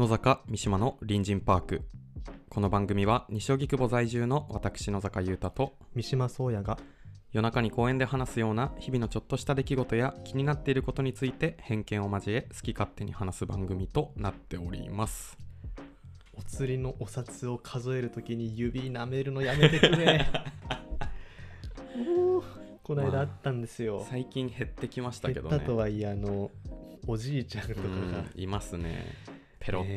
野坂三島の隣人パーク。この番組は西荻窪在住の私野坂優太と三島宗也が夜中に公園で話すような日々のちょっとした出来事や気になっていることについて偏見を交え好き勝手に話す番組となっております。 お釣りのお札を数えるときに指舐めるのやめてくれこの間あったんですよ、 最近減ってきましたけどね。 減ったとはいえおじいちゃんとかがいますね、ペロって、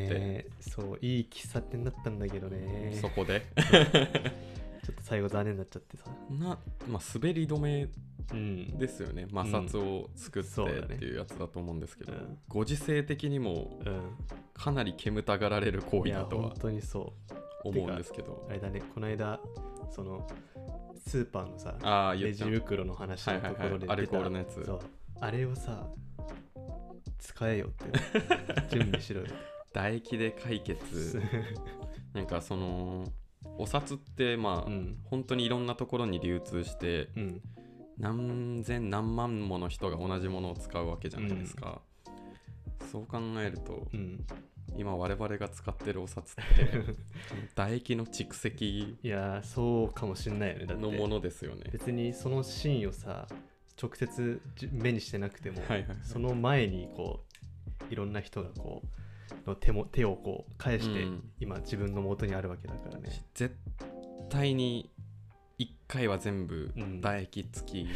そういい喫茶店だったんだけどね、 そこでちょっと最後残念になっちゃってさ滑り止めですよね、摩擦を作ってっていうやつだと思うんですけど、ご時世的にもかなり煙たがられる行為だとは本当にそう思うんですけど、 あれだね、この間そのスーパーのさレジ袋の話のところでアルコールのやつ、 そうあれをさ使えよって準備しろよ唾液で解決なんかそのお札って本当にいろんなところに流通して、何千何万もの人が同じものを使うわけじゃないですか、そう考えると、今我々が使ってるお札って唾液の蓄積いやそうかもしんないよね。だってのものですよね。 別にそのシーンをさ直接目にしてなくても、 はいはいはい、 その前にこういろんな人がこうの手をこう返して、今自分の元にあるわけだからね。 絶対に1回は全部唾液付き、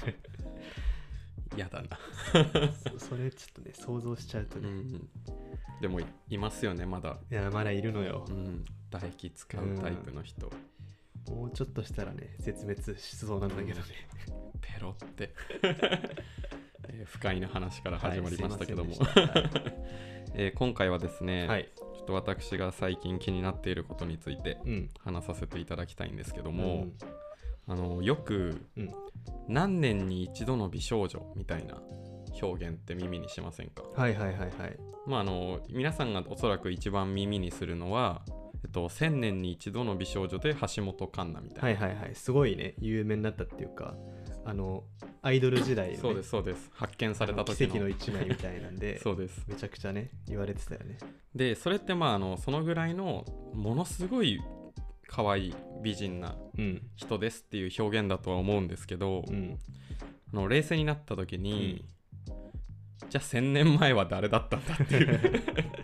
やだなそれちょっとね想像しちゃうとね、 でもいますよねまだ。 いやまだいるのよ、 唾液使うタイプの人、 もうちょっとしたらね絶滅しそうなんだけどね、 ペロって不快な話から始まりましたけども、今回はですね、ちょっと私が最近気になっていることについて話させていただきたいんですけども、よく、何年に一度の美少女みたいな表現って耳にしませんか？皆さんがおそらく一番耳にするのは、1000年に一度の美少女で橋本環奈みたいな、 すごいね有名になったっていうか、アイドル時代の、ね、 そうです発見された時の奇跡の一枚みたいなんでそうです、 めちゃくちゃね言われてたよね。 でそれってそのぐらいのものすごい可愛い美人な人ですっていう表現だとは思うんですけど、冷静になった時に、じゃあ1000年前は誰だったんだっていう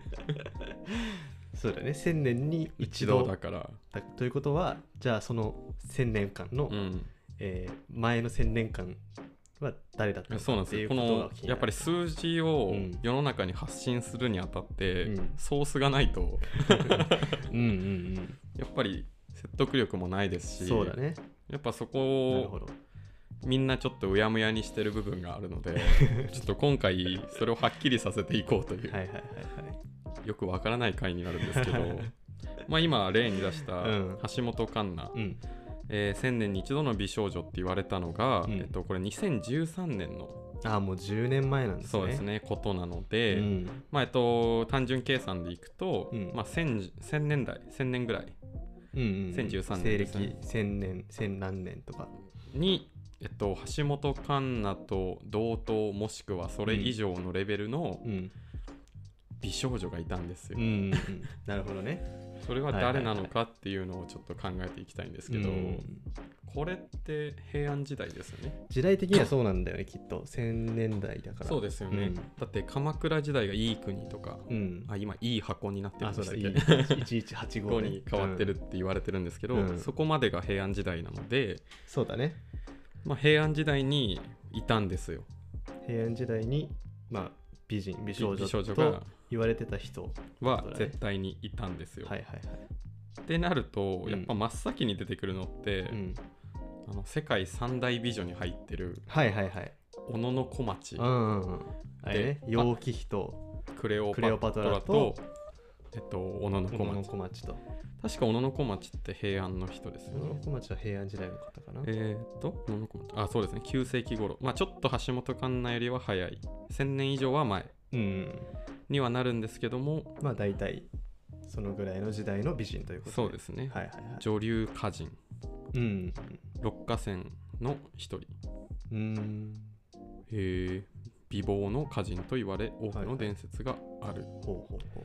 そうだね、1000年に一度だからということは、じゃあその1000年間の、前の1000年間は誰だったのかっていうことが気になる。 このやっぱり数字を世の中に発信するにあたって、ソースがないとやっぱり説得力もないですし、 そうだね、 やっぱそこをみんなちょっとうやむやにしてる部分があるのでちょっと今回それをはっきりさせていこうというよくわからない回になるんですけど今例に出した橋本環奈、1000年に一度の美少女って言われたのが、これ2013年のもう10年前なんですね。 そうですねことなので、単純計算でいくと、1000年代1000年ぐらい、1013年ですね、 西暦1000年1000何年とかに、橋本環奈と同等もしくはそれ以上のレベルの美少女がいたんですよ、 なるほどね。 それは誰なのかっていうのをちょっと考えていきたいんですけど、これって平安時代ですよね。 時代的にはそうなんだよねきっと1000年代だから。 そうですよね、だって鎌倉時代がいい国とか、今いい箱になってるんですけど 1185 に変わってるって言われてるんですけど、そこまでが平安時代なので、 そうだね、 平安時代にいたんですよ。 平安時代に美少女と言われてた人は絶対にいたんですよ。ってなると、やっぱ真っ先に出てくるのって、世界三大美女に入ってる小野小町、 楊貴妃とクレオパトラと小野小町と。確か小野小町って平安の人ですよね。 小野小町は平安時代の方かな。 小野小町、そうですね、9世紀頃、ちょっと橋本環奈よりは早い、1000年以上は前にはなるんですけども、 大体そのぐらいの時代の美人ということで。 そうですね、女流歌人、六花仙の一人、美貌の歌人と言われ多くの伝説がある、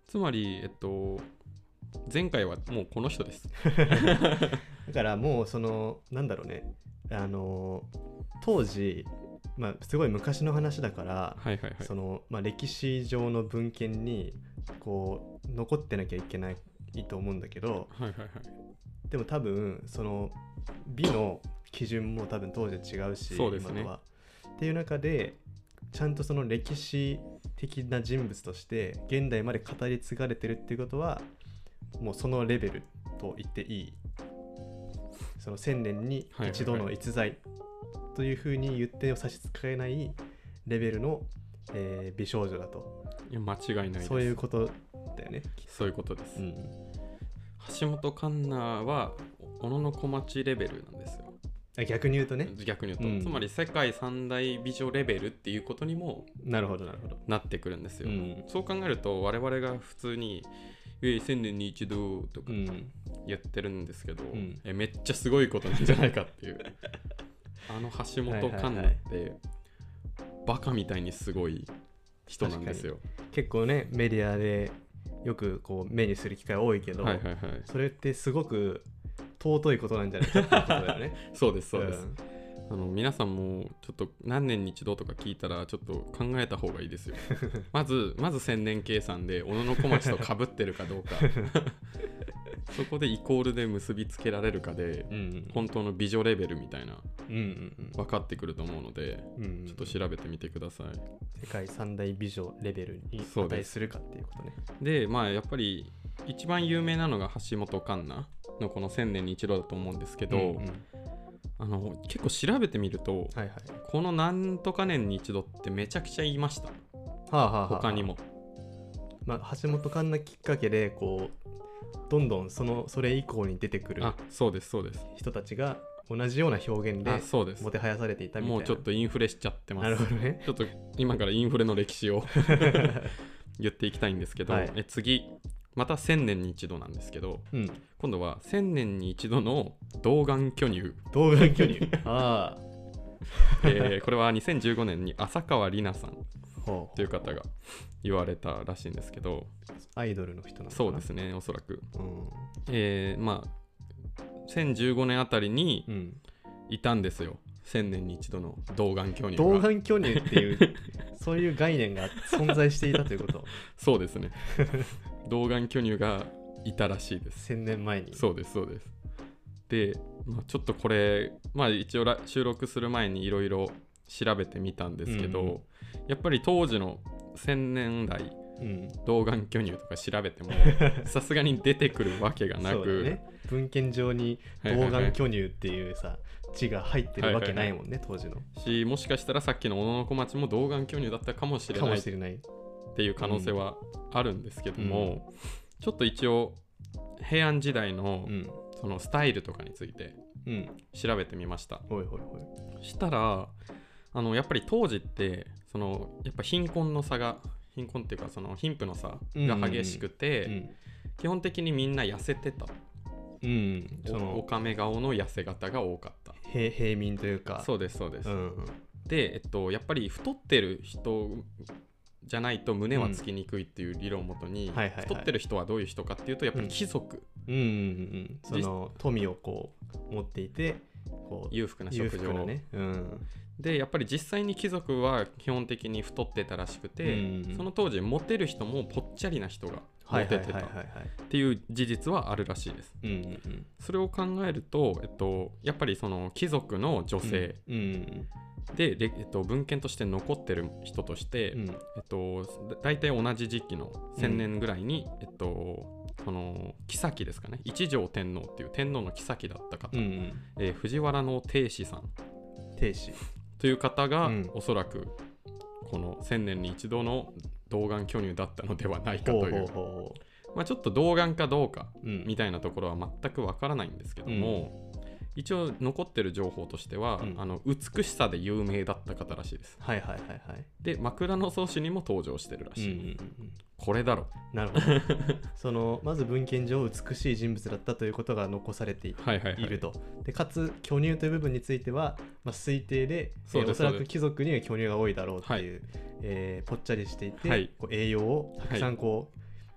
つまり前回はもうこの人ですだからもうそのなんだろうね、当時、すごい昔の話だから、その歴史上の文献にこう残ってなきゃいけないと思うんだけど、でも多分その美の基準も多分当時は違うし、 そうですね、 今とはっていう中でちゃんとその歴史的な人物として現代まで語り継がれてるっていうことはもうそのレベルと言っていい、その1000年に一度の逸材というふうに言っても差し支えないレベルの、美少女だと。 いや間違いないです。 そういうことだよね。 そういうことです、橋本環奈は小野小町レベルなんですよ。 逆に言うとね。 逆に言うと、つまり世界三大美女レベルっていうことにもなってくるんですよ、そう考えると我々が普通に1000年に一度とか言ってるんですけど、めっちゃすごいことなんじゃないかっていう橋本環奈ってバカみたいにすごい人なんですよ。 結構ねメディアでよくこう目にする機会多いけど、それってすごく尊いことなんじゃないかってことだよねそうですそうです、皆さんもちょっと何年に一度とか聞いたらちょっと考えた方がいいですよまず千年計算で小野小町と被ってるかどうかそこでイコールで結びつけられるかで、本当の美女レベルみたいな、分かってくると思うので、ちょっと調べてみてください。 世界三大美女レベルに値するかっていうことね。 でやっぱり一番有名なのが橋本環奈のこの1000年に一度だと思うんですけど、結構調べてみると、この何とか年に一度ってめちゃくちゃ言いました、他にも。 橋本環奈きっかけでこうどんどんそれ以降に出てくる人たちが同じような表現でもてはやされていたみたいな。 もうちょっとインフレしちゃってます。 なるほどね。 ちょっと今からインフレの歴史を言っていきたいんですけど、次また1000年に一度なんですけど、今度は1000年に一度の童顔巨乳童顔巨乳あこれは2015年に浅川里奈さんという方が言われたらしいんですけど、 アイドルの人なのかな。 そうですね、おそらく、1015年あたりにいたんですよ、1000年に一度の童顔巨乳が。 童顔巨乳っていうそういう概念が存在していたということそうですね童顔巨乳がいたらしいです、 1000年前に。 そうですそうです。で、ちょっとこれ、一応収録する前にいろいろ調べてみたんですけど、やっぱり当時の1000年代童顔巨乳とか調べてもさすがに出てくるわけがなく、 文献上に童顔巨乳っていうさ、字が入ってるわけないもんね、当時のし、もしかしたらさっきの小野小町も童顔巨乳だったかもしれないっていう可能性はあるんですけども、ちょっと一応平安時代のそのスタイルとかについて調べてみました。したらやっぱり当時ってやっぱ貧困っていうかその貧富の差が激しくて、基本的にみんな痩せてた、おかめ顔の痩せ型が多かった、 平民というか。 そうですそうです、で、やっぱり太ってる人じゃないと胸はつきにくいっていう理論をもとに、太ってる人はどういう人かっていうとやっぱり貴族、 その富をこう持っていてこう裕福な食事を、 ね、 でやっぱり実際に貴族は基本的に太ってたらしくて、その当時モテる人もぽっちゃりな人がモテてたっていう事実はあるらしいです。それを考えると、やっぱりその貴族の女性、で、文献として残ってる人として、大体同じ時期の1000年ぐらいに、その妃ですかね、一条天皇っていう天皇の妃だった方、藤原の定子さんという方が、おそらくこの1000年に一度の童顔巨乳だったのではないかという、ちょっと童顔かどうかみたいなところは全くわからないんですけども、一応残ってる情報としては、美しさで有名だった方らしいです。で、枕草子にも登場してるらしい、これだろ。 なるほどまず文献上美しい人物だったということが残されていると。でかつ巨乳という部分については、推定でおそらく貴族には巨乳が多いだろうっていう、ぽっちゃりしていて、こう栄養をたくさんこう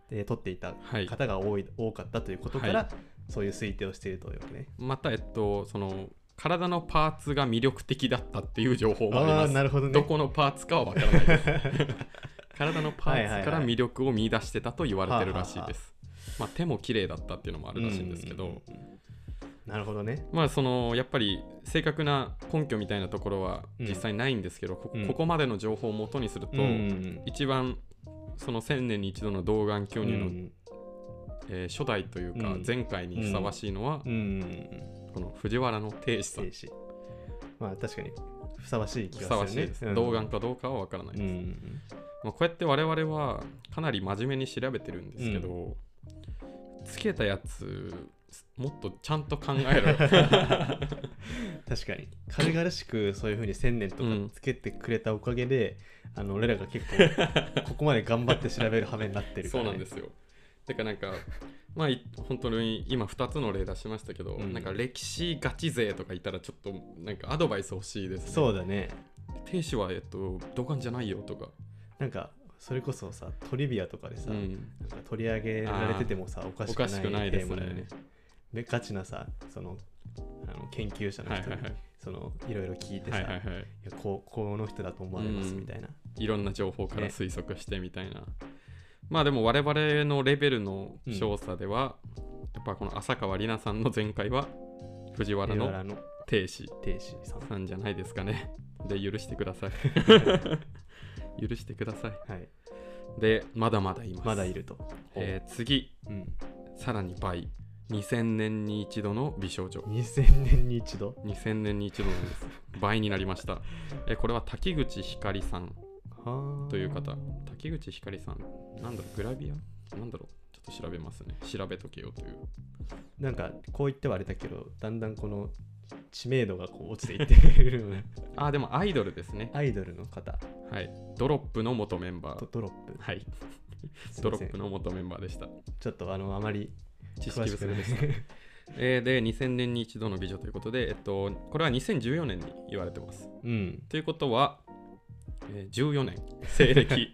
で取っていた方が多かったということから、そういう推定をしているというわけね。 またその体のパーツが魅力的だったっていう情報もあります。 なるほどね。 どこのパーツかは分からないです体のパーツから魅力を見出してたと言われてるらしいです。まあ、手も綺麗だったっていうのもあるらしいんですけど、 なるほどね。 まあそのやっぱり正確な根拠みたいなところは実際ないんですけど、ここまでの情報を元にすると、一番その1000年に一度の童顔巨乳の、初代というか前回にふさわしいのは、この藤原の定子さん。 まあ確かにふさわしい気がするね。ふさわしいです。 童顔かどうかは分からないです。まあ、こうやって我々はかなり真面目に調べてるんですけど、つけたやつもっとちゃんと考えろ確かに軽々しくそういう風に1000年とかつけてくれたおかげで、俺らが結構ここまで頑張って調べる羽目になってるから、ね、 そうなんですよ。だからなんかまあ本当に今2つの例出しましたけど、なんか歴史ガチ勢とかいたらちょっとなんかアドバイス欲しいですね。 そうだね。 亭主は童顔じゃないよとか、 なんかそれこそさトリビアとかでさ、なんか取り上げられててもさおかしくないテーマだよね。ガチなさその研究者の人に、そのいろいろ聞いてさ、この人だと思われますみたいな、 いろんな情報から推測してみたいな、まあでも我々のレベルの調査では、やっぱこの浅川里奈さんの前回は藤原の定子さんじゃないですかね。で許してください許してください、はい、でまだまだいます。 まだいると、 次、さらに倍、2000年に一度の美少女。 2000年に一度 2000年に一度なんです。倍になりました。これは滝口ひかりさんという方。滝口ひかりさん、なんだろう、グラビアなんだろう、ちょっと調べますね。調べとけよという。 なんかこう言ってはあれだけど、だんだんこの知名度がこう落ちていってるよねでもアイドルですね。 アイドルの方。 はい。ドロップの元メンバー。 ドロップ。 はい。ドロップの元メンバーでした。 ちょっとあまり知識不足でした。で、2000年に一度の美女ということで、これは2014年に言われてます。ということは、14年。西暦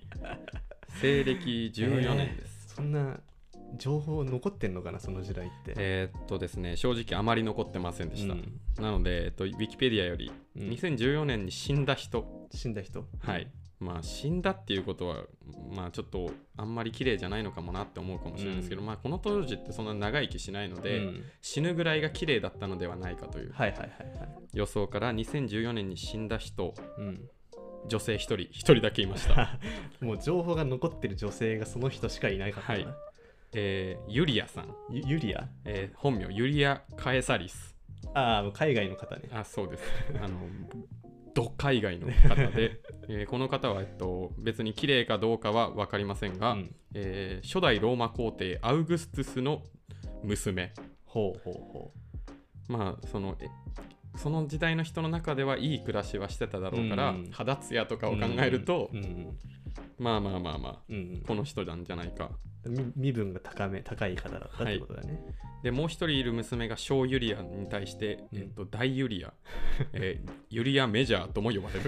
14年です。 そんな情報残ってんのかな、その時代って。 ですね、正直あまり残ってませんでした。なので、ウィキペディアより、2014年に死んだ人。はい。まあ死んだっていうことは、まあちょっとあんまり綺麗じゃないのかもなって思うかもしれないですけど、まあこの当時ってそんな長生きしないので、死ぬぐらいが綺麗だったのではないかという予想から2014年に死んだ人、女性一人だけいましたもう情報が残ってる女性がその人しかいないかったな。 ユリアさん。 ユリア、 本名ユリア・カエサリス。 海外の方ね。 そうです。ド海外の方で、この方は、別に綺麗かどうかは分かりませんが、初代ローマ皇帝アウグストゥスの娘。まあその時代の人の中ではいい暮らしはしてただろうから、肌ツヤとかを考えると、まあ、この人なんじゃないか。 身分が高い方だったってことだね。 でもう一人いる娘が小ユリアに対して、大ユリア、ユリアメジャーとも呼ばれ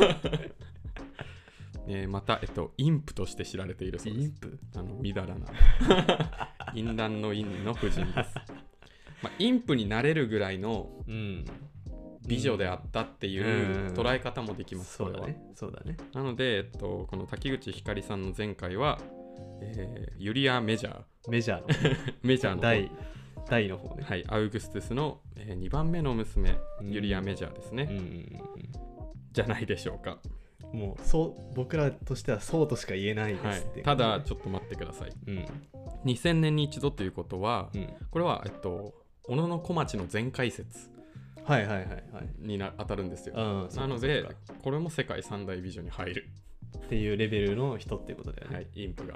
るまた、インプとして知られているそうです。 インプ？ みだらな淫乱の陰の婦人です。インプになれるぐらいの美女であったっていう捉え方もできます。 そうだね。 なので、この滝口ひかりさんの前回は、ユリア・メジャーの大の方ね。 はい、アウグストゥスの、2番目の娘、ユリア・メジャーですね。じゃないでしょうか。 もう僕らとしてはそうとしか言えないですって、 ただちょっと待ってください。2000年に一度ということは、これは小野小町の全解説に当たるんですよ。なのでこれも世界三大美女に入るっていうレベルの人っていうことだよね。 はい、インプ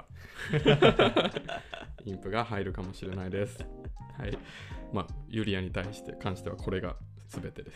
が入るかもしれないです。はい。まあユリアに関してはこれが全てです。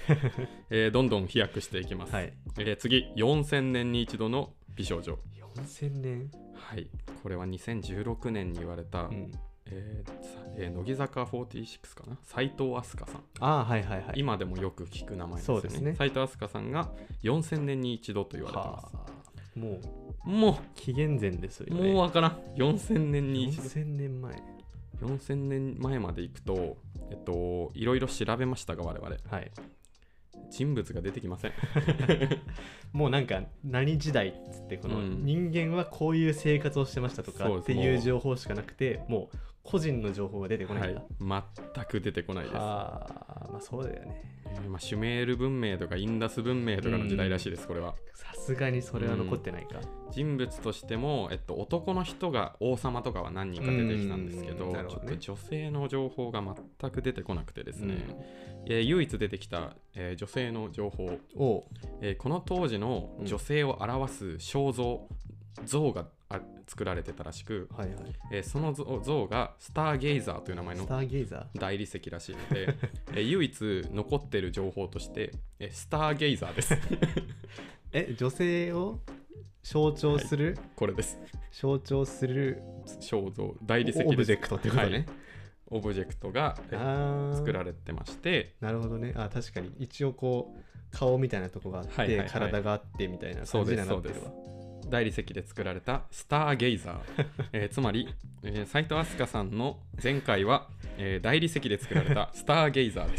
どんどん飛躍していきます。次、4000年に一度の美少女。 4000年？ はい。これは2016年に言われた、乃木坂46かな、斉藤飛鳥さん。今でもよく聞く名前ですよね。斉藤飛鳥さんが4000年に一度と言われてます。 もうもう紀元前ですよね。 もう分からん。4000年に 4000年前。 4000年前まで行くと、いろいろ調べましたが我々、 はい、 人物が出てきません。 もうなんか何時代っつってこの人間はこういう生活をしてましたとかっていう情報しかなくて、もう個人の情報が出てこないんだ。 はい、全く出てこないです。 まあそうだよね。 シュメール文明とかインダス文明とかの時代らしいです、これは。 さすがにそれは残ってないか。 人物としても、男の人が王様とかは何人か出てきたんですけど、ちょっと女性の情報が全く出てこなくてですね、唯一出てきた、女性の情報を、この当時の女性を表す肖像が作られてたらしく、その像がスターゲイザーという名前の大理石らしいので、唯一残っている情報としてスターゲイザーです。 女性を象徴する、 これです。 象徴する肖像、大理石です。 オブジェクトってことね。 オブジェクトが作られてまして、 なるほどね。確かに一応こう顔みたいなとこがあって、体があってみたいな感じになってるわ。 大理石で作られたスターゲイザー、つまり、斉藤飛鳥さんの前回は、大理石で作られたスターゲイザーです。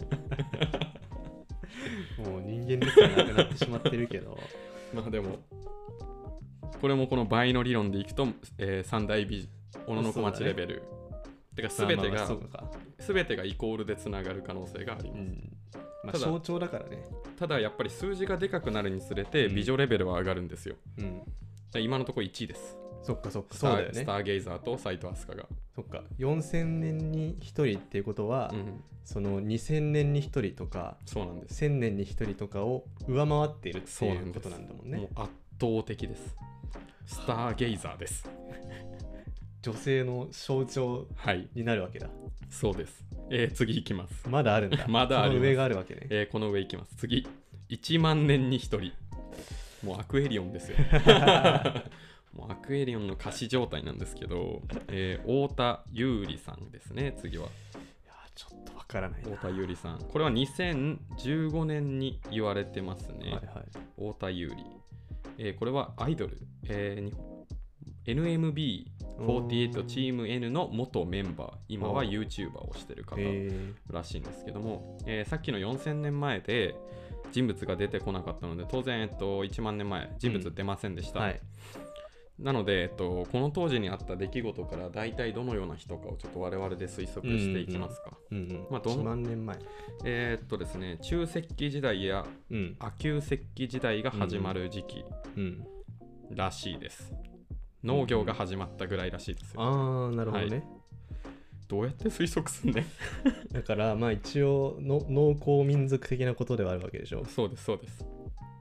もう人間ですらなくなってしまってるけどまあでもこれもこの倍の理論でいくと、三大美小野小町レベル、てか全てがイコールでつながる可能性があります。 象徴だからね。 ただやっぱり数字がでかくなるにつれて美女レベルは上がるんですよ。今のところ1位です。 そっかそうだよね。 スターゲイザーと斉藤飛鳥が。 そっか、4000年に1人っていうことは、その2000年に1人とか、 そうなんです。 1000年に1人とかを上回っているっていうことなんだもんね。 もう圧倒的です。スターゲイザーです。 女性の象徴になるわけだ。 そうです。次いきます。 まだあるんだ。 まだある。 この上があるわけね。 この上いきます。次、1万年に1人。もうアクエリオンですよ。もうアクエリオンの仮死状態なんですけど、太田優里さんですね。次は。いやちょっとわからないな。 太田優里さん。これは2015年に言われてますね。太田優里。これはアイドル。NMB48 チーム N の元メンバー、今は YouTuber をしてる方らしいんですけども、さっきの4000年前で人物が出てこなかったので、当然、1万年前人物出ませんでした。なので、この当時にあった出来事から大体どのような人かをちょっと我々で推測していきますか。 1万年前。 ですね、中石器時代や亜旧石器時代が始まる時期らしいです。農業が始まったぐらいらしいですよ。 なるほどね。 どうやって推測すんねだからまあ一応の農耕民族的なことではあるわけでしょ。 そうですそうです。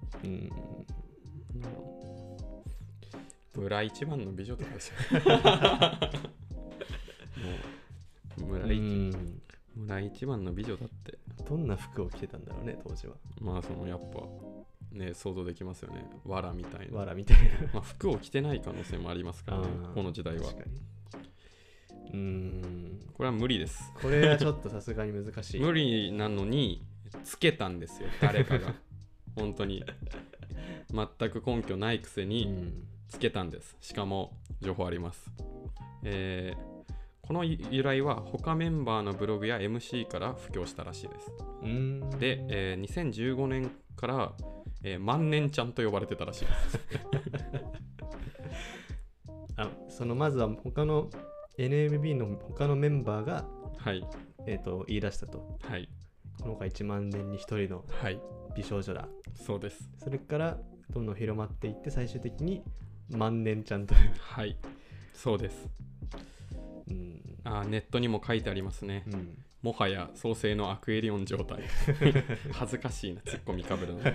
村一番の美女とかですよ。もう村一番の美女だって。 どんな服を着てたんだろうね当時は。 まあそのやっぱね、想像できますよね。藁みたいな。まあ服を着てない可能性もありますからね、この時代は。確かに。これは無理です。 これはちょっとさすがに難しい。 無理なのにつけたんですよ、誰かが。本当に。全く根拠ないくせにつけたんです。しかも情報あります。この由来は他メンバーのブログや MC から布教したらしいです。で、2015年から万年ちゃんと呼ばれてたらしいです。 そのまずは他の NMB の他のメンバーが、言い出したと。この子は1万年に1人の美少女だ。 そうです。 それからどんどん広まっていって最終的に万年ちゃんという。 そうです。ネットにも書いてありますね。もはや創世のアクエリオン状態。恥ずかしいな、ツッコミかぶるの。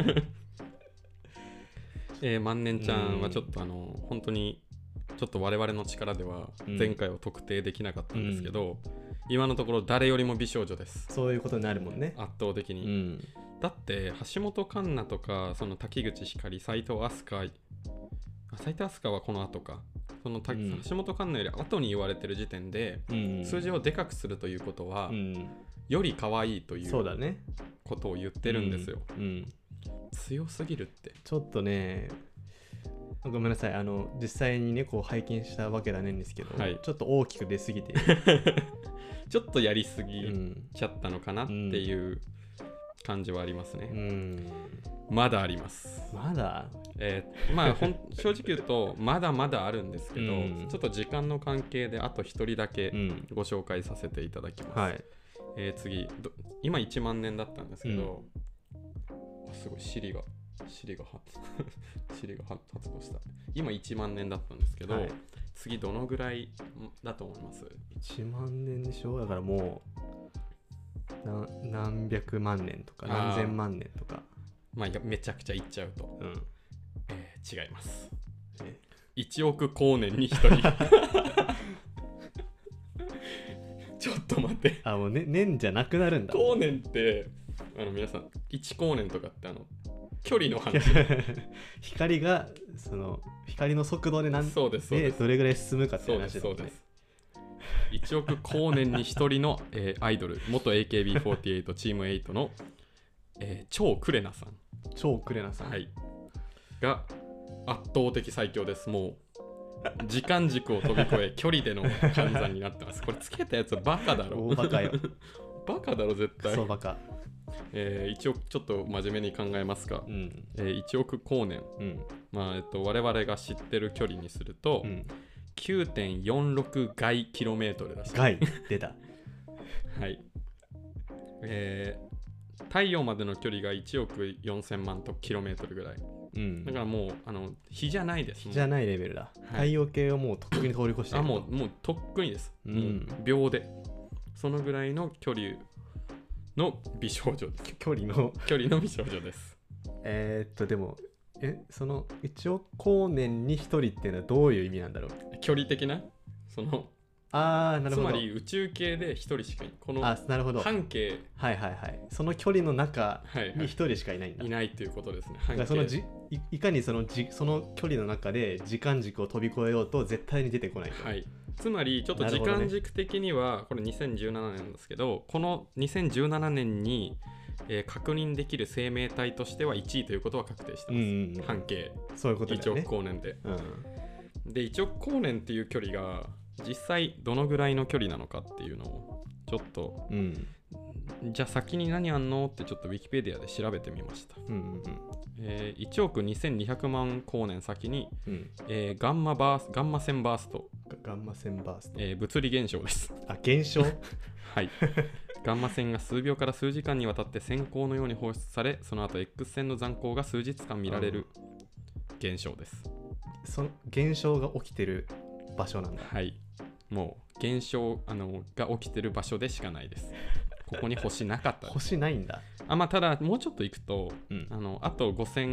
万年ちゃんはちょっと本当にちょっと我々の力では前回を特定できなかったんですけど、今のところ誰よりも美少女です。 そういうことになるもんね、 圧倒的に。だって橋本環奈とかその滝口ひかり、斉藤飛鳥はこの後か、その橋本環奈より後に言われてる時点で、数字をでかくするということは、より可愛いということを言ってるんですよ。強すぎるって。 ちょっとね、 ごめんなさい、実際にねこう拝見したわけじゃないんですけど、はい、ちょっと大きく出すぎてちょっとやりすぎちゃったのかなっていう感じはありますね。まだあります。 まだまあ正直言うとまだまだあるんですけど、ちょっと時間の関係であと一人だけご紹介させていただきます。はい、次今1万年だったんですけど、すごいシリが発動した。今1万年だったんですけど、はい、次どのぐらいだと思います？ 1 万年でしょ。だからもう何百万年とか何千万年とか、 まあめちゃくちゃいっちゃうと、違います。1億光年に1人ちょっと待って、 もう、ね、年じゃなくなるんだ。 光年って皆さん1光年とかって距離の話光が光の速度でそうですどれぐらい進むかって話ですね。そうです。1億光年に1人の、アイドル元 AKB48 チーム8の、超クレナさんはい、が圧倒的最強です。もう時間軸を飛び越え距離での換算になってます。これつけたやつはバカだろ。 大バカよバカだろ絶対。 そうバカ。 1億ちょっと真面目に考えますか。1億光年、まあ我々が知ってる距離にすると、9.46 外キロメートルだし。 外出たはい、太陽までの距離が1億4000万キロメートルぐらい、だからもう日じゃないです。 日じゃないレベルだ、太陽系をもうとっくに通り越してる。 もうとっくにです、秒でそのぐらいの距離の美少女です。距離の美少女です。 でもその1億光年に1人っていうのはどういう意味なんだろう。 距離的ななるほど。 つまり宇宙系で1人しかいない。この半径、 その距離の中に1人しかいないんだ。 いないということですね。 いかにその距離の中で時間軸を飛び越えようと絶対に出てこないと。 はい、つまりちょっと時間軸的にはこれ2017年ですけど、この2017年に確認できる生命体としては1位ということは確定してます。半径そういうことだよね。 1億光年で、で1億光年っていう距離が実際どのぐらいの距離なのかっていうのをちょっと、じゃあ先に何あんのってちょっとウィキペディアで調べてみました。1億2200万光年先に、ガンマ線バースト、物理現象です。 現象はいガンマ線が数秒から数時間にわたって閃光のように放出され、その後 X 線の残光が数日間見られる現象です。 その現象が起きてる場所なんだ。 はい、もう現象が起きてる場所でしかないです。ここに星なかったです。 星ないんだ。 ただもうちょっと行くと、あと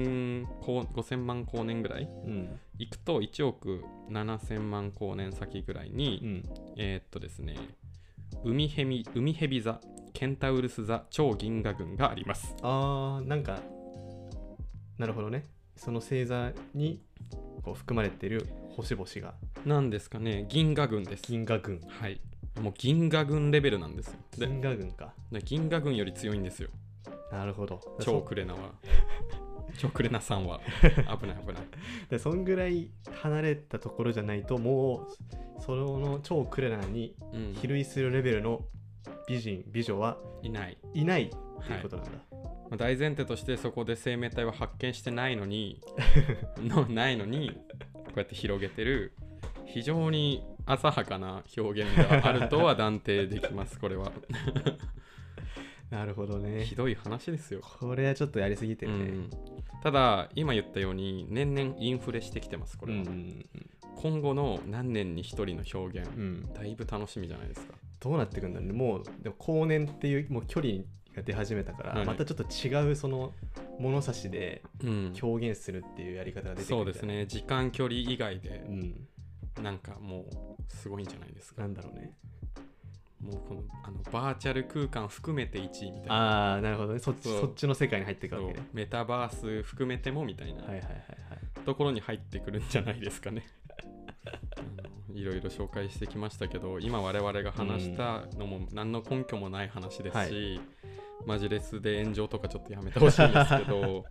5000万光年ぐらい、行くと1億7000万光年先ぐらいに、ですね、海蛇座、ケンタウルス座超銀河群があります。 なんかなるほどね。その星座にこう含まれている星々がなんですかね。銀河群です。 銀河群。 はい、もう銀河群レベルなんですよ。 銀河群か。 銀河群より強いんですよ。 なるほど。 超クレナさんは危ないでそんぐらい離れたところじゃないと、もうその超クレナに比類するレベルの美女はいないっていうことなんだ。 大前提としてそこで生命体は発見してないのにこうやって広げてる非常に浅はかな表現があるとは断定できます。これはなるほどね。 ひどい話ですよ。 これはちょっとやりすぎてるね。 ただ今言ったように年々インフレしてきてます。これは、今後の何年に一人の表現、だいぶ楽しみじゃないですか。 どうなっていくんだろうね。もうでも光年っていうもう距離が出始めたから、またちょっと違うその物差しで表現するっていうやり方が出てくる、 そうですね。時間距離以外で、なんかもうすごいんじゃないですか。 なんだろうね。 もうこのバーチャル空間含めて1位みたいな。 なるほどね。そっちの世界に入っていくわけね。 メタバース含めてもみたいなところに入ってくるんじゃないですかね。いろいろ紹介してきましたけど、今我々が話したのも何の根拠もない話ですし、マジレスで炎上とかちょっとやめてほしいんですけど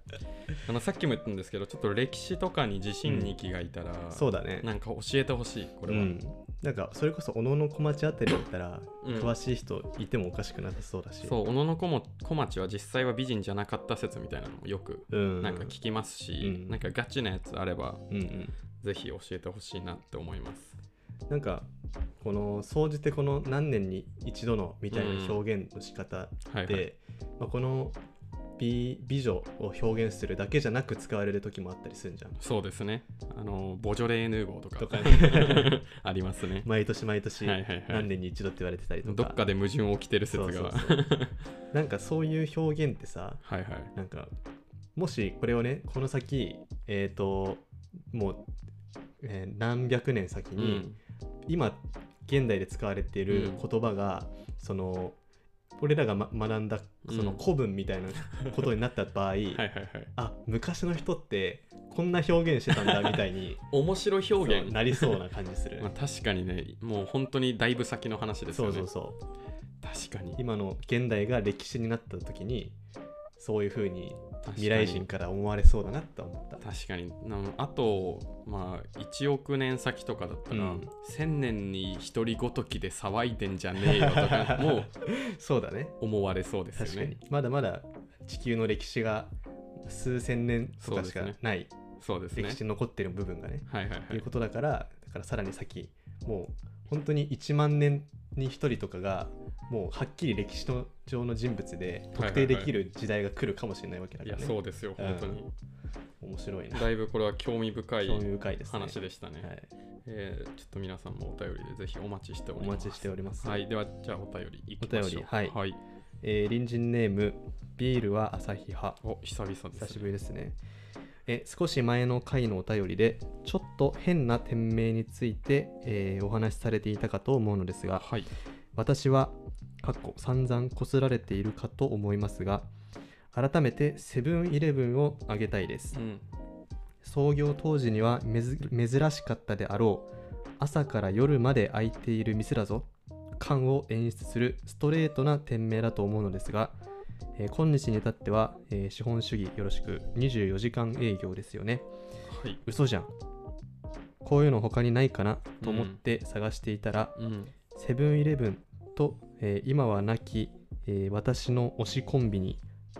さっきも言ったんですけど、ちょっと歴史とかに自信に気がいたら、 そうだね、 なんか教えてほしいこれは、 なんかそれこそ小野小町あたりだったら詳しい人いてもおかしくなさそうだし、 そう小野小町は実際は美人じゃなかった説みたいなのもよくなんか聞きますし、なんかガチなやつあれば、ぜひ教えてほしいなって思います。 なんかこの総じてこの何年に一度のみたいな表現の仕方で、この美女を表現するだけじゃなく使われる時もあったりするんじゃん。 そうですね、ボジョレーヌーボーとかね、 ありますね。 毎年毎年何年に一度って言われてたりとか、 どっかで矛盾起きてる説がなんかそういう表現ってさ、なんかもしこれをねこの先もう、何百年先に、今現代で使われている言葉が、その俺らが、学んだその古文みたいなことになった場合あ、昔の人ってこんな表現してたんだみたいに面白い表現なりそうな感じする確かにね、もう本当にだいぶ先の話ですよね。そう確かに今の現代が歴史になった時にそういう風に未来人から思われそうだなと思った。 確かにあと、1億年先とかだったら、1000年に一人ごときで騒いでんじゃねえよとかもそうだね、 思われそうですよね。 確かにまだまだ地球の歴史が数千年とかしかない、歴史に残ってる部分がね、いうことだからさらに先、もう本当に1万年に1人とかがもうはっきり歴史上の人物で特定できる時代が来るかもしれないわけだからね。 いやそうですよ、本当に面白いな。 だいぶこれは興味深い話でしたね。ちょっと皆さんもお便りでぜひお待ちしております。 お待ちしております。 はい、ではじゃあお便りいきましょう。 はい、隣人ネームビールは朝日派。 久々ですね。 久しぶりですね。少し前の回のお便りでちょっと変な店名について、お話しされていたかと思うのですが、私は散々こすられているかと思いますが、改めてセブンイレブンを挙げたいです、創業当時には珍しかったであろう朝から夜まで開いている店だぞ感を演出するストレートな店名だと思うのですが、今日に至っては、資本主義よろしく24時間営業ですよね。嘘じゃん、こういうの他にないかなと思って探していたら、セブンイレブンと、今はなき、私の推しコンビニ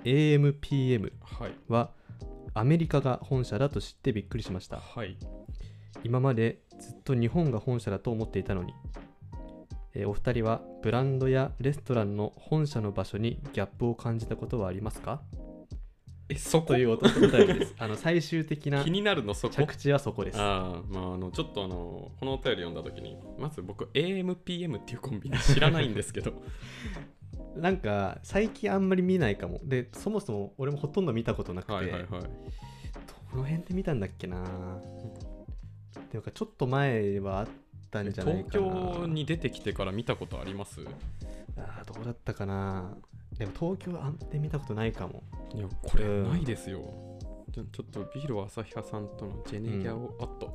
AMPM は、アメリカが本社だと知ってびっくりしました、今までずっと日本が本社だと思っていたのに、お二人はブランドやレストランの本社の場所にギャップを感じたことはありますか？ そこというお便りです。最終的な気になるのそこ、 着地はそこです。 ちょっとこのお便り読んだ時にまず僕 AMPM っていうコンビニ知らないんですけどなんか最近あんまり見ないかも。でそもそも俺もほとんど見たことなくて、どの辺で見たんだっけな。でもちょっと前はあったんじゃないかな。 東京に出てきてから見たことあります？ どうだったかな。でも東京で見たことないかも。 いやこれないですよ、ちょっとビールは朝日派さんとのジェネギャを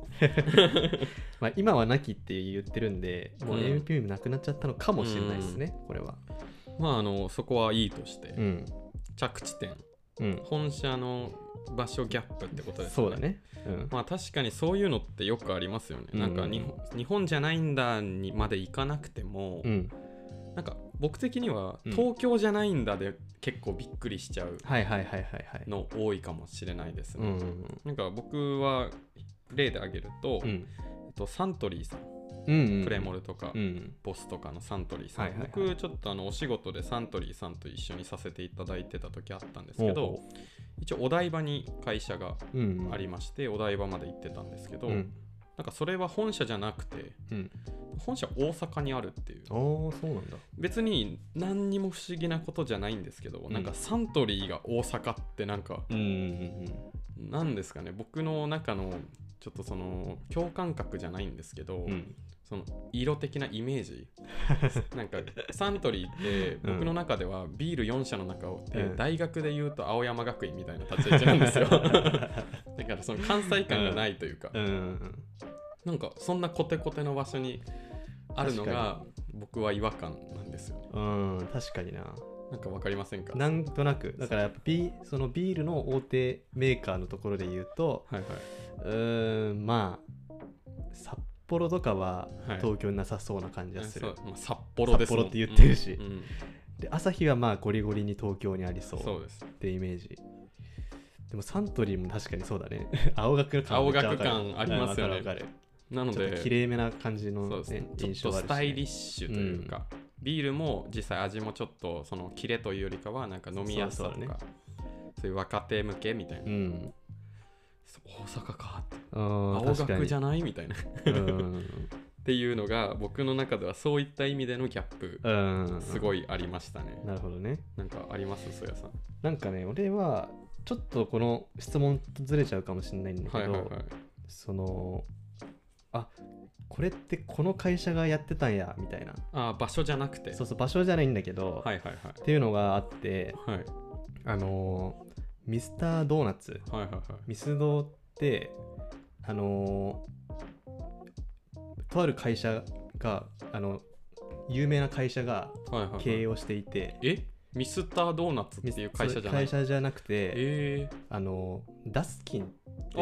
今はなきって言ってるんで、もう AMPM なくなっちゃったのかもしれないですね、これは。 そこはいいとして、着地点、本社の場所ギャップってことですね。 そうだね、 確かにそういうのってよくありますよね、なんか日本じゃないんだにまで行かなくても、なんか僕的には東京じゃないんだで結構びっくりしちゃうの多いかもしれないですね。なんか僕は例で挙げると、サントリーさん、プレモルとか、ボスとかのサントリーさん、僕ちょっとお仕事でサントリーさんと一緒にさせていただいてた時あったんですけど、一応お台場に会社がありまして、お台場まで行ってたんですけど、なんかそれは本社じゃなくて、本社大阪にあるっていう。 そうなんだ。 別に何にも不思議なことじゃないんですけど、なんかサントリーが大阪ってなんか、なんですかね、僕の中のちょっとその共感覚じゃないんですけど、その色的なイメージなんかサントリーって僕の中ではビール4社の中を、大学でいうと青山学院みたいな立ち位置なんですよだからその関西感がないというか、なんかそんなコテコテの場所にあるのが僕は違和感なんですよね。 確かにな。 なんかわかりませんか？ なんとなくだからやっぱそのビールの大手メーカーのところで言うと、はいはい、まあ札幌とかは東京になさそうな感じがする、 はいまあ、札幌ですもん。 札幌って言ってるし、 うんうん、 でアサヒはまあゴリゴリに東京にありそうってイメージ。でもサントリーも確かにそうだね青学感ありますよね。なのできれいめな感じの、ね、 印象があるし、ね、ちょっとスタイリッシュというか、ビールも実際味もちょっとそのキレというよりかはなんか飲みやすさとか そういう若手向けみたいな、大阪かって青学じゃないみたいなっていうのが僕の中ではそういった意味でのギャップすごいありましたね。 なるほどね。 なんかありますそやさん？ なんかね俺はちょっとこの質問とずれちゃうかもしれないんだけど、はいはいはい、そのこれってこの会社がやってたんやみたいな。 場所じゃなくて。 そう場所じゃないんだけど、 はいはいはい、 っていうのがあって、はい、ミスタードーナツ、はいはいはい、ミスドってとある会社が有名な会社が経営をしていて、はいはいはい、 ミスタードーナツっていう会社じゃない？ 会社じゃなくて、ダスキンっていう。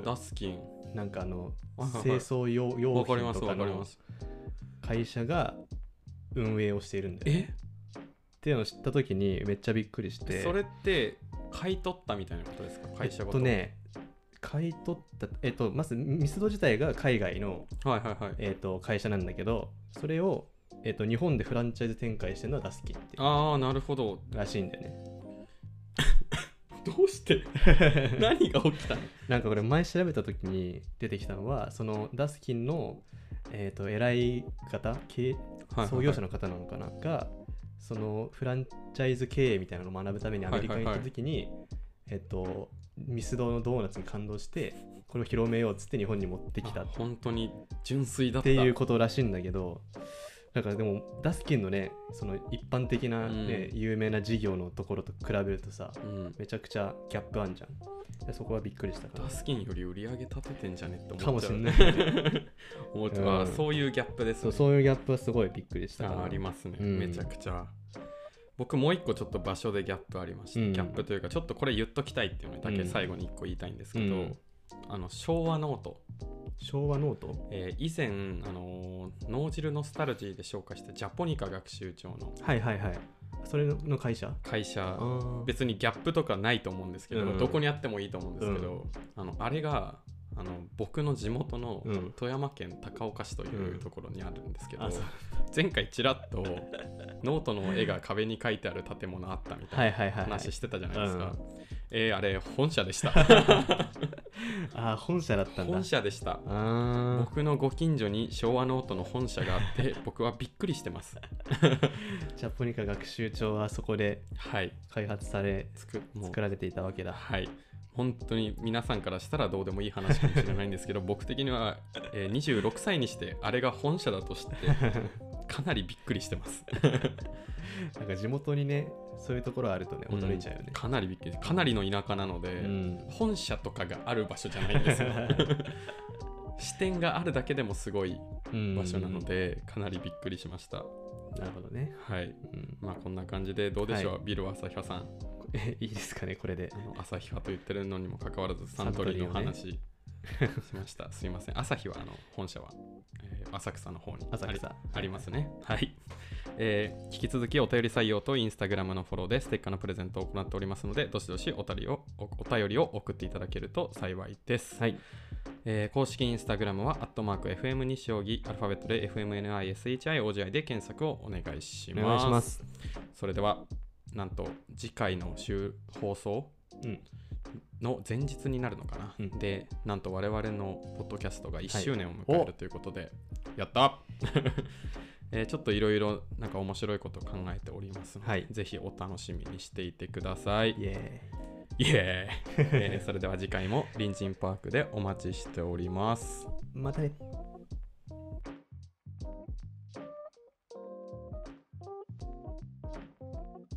ダスキンなんか清掃用品とかの会社が運営をしているんで、っていうのを知った時にめっちゃびっくりして。 それって買い取ったみたいなことですか？会社ごと買い取った、まずミスド自体が海外の、はいはいはい会社なんだけど、それを、日本でフランチャイズ展開してるのはダスキンっていう。 なるほどらしいんだよねどうして何が起きたの？ なんかこれ前調べた時に出てきたのは、そのダスキンの、偉い方、創業者の方なのかな、がそのフランチャイズ経営みたいなのを学ぶためにアメリカに行った時に、ミスドのドーナツに感動してこれを広めようっつって日本に持ってきた。 本当に純粋だったっていうことらしいんだけど、だからでもダスキンのねその一般的な、ね有名な事業のところと比べるとさ、めちゃくちゃギャップあんじゃん。でそこはびっくりしたから。 ダスキンより売り上げ立ててんじゃねって思っちゃうかもしれない、 思っちゃう、そういうギャップですね。 そういうギャップはすごいびっくりしたから。 ありますね、めちゃくちゃ。僕もう一個ちょっと場所でギャップありまして、ギャップというかちょっとこれ言っときたいっていうのだけ最後に一個言いたいんですけど、昭和ノート、以前脳汁ノスタルジーで紹介したジャポニカ学習帳の、 はいはいはい、それの会社別にギャップとかないと思うんですけど、どこにあってもいいと思うんですけど、あれが僕の地元の富山県高岡市というところにあるんですけど、前回ちらっとノートの絵が壁に描いてある建物あったみたいな話してたじゃないですか。あれ本社でした本社だったんだ。 本社でした。僕のご近所に昭和ノートの本社があって僕はびっくりしてますジャポニカ学習帳はそこで開発され、作られていたわけだ。 はい、本当に皆さんからしたらどうでもいい話かもしれないんですけど僕的には、26歳にしてあれが本社だとしてかなりびっくりしてますなんか地元にねそういうところあるとね驚いちゃうよね、 かなりびっくり、かなりの田舎なので、本社とかがある場所じゃないんですよ支店があるだけでもすごい場所なので、かなりびっくりしました。 なるほどね。 はい、まあこんな感じでどうでしょう、ビル朝日派さん。 いいですかねこれで。 朝日派と言ってるのにもかかわらずサントリーの話しました。すいません。朝日は本社は、浅草の方にありますね。はい、引き続きお便り採用とインスタグラムのフォローでステッカーのプレゼントを行っておりますので、どしどしお便りを送っていただけると幸いです。はい、公式インスタグラムは@FM 西荻、アルファベットで FMNISHIOGI で検索をお願いします。お願いします。それではなんと次回の放送の前日になるのかな、でなんと我々のポッドキャストが1周年を迎えるということで、やったちょっといろいろなんか面白いことを考えておりますので、ぜひお楽しみにしていてください。イエーイそれでは次回も隣人パークでお待ちしております。 またね。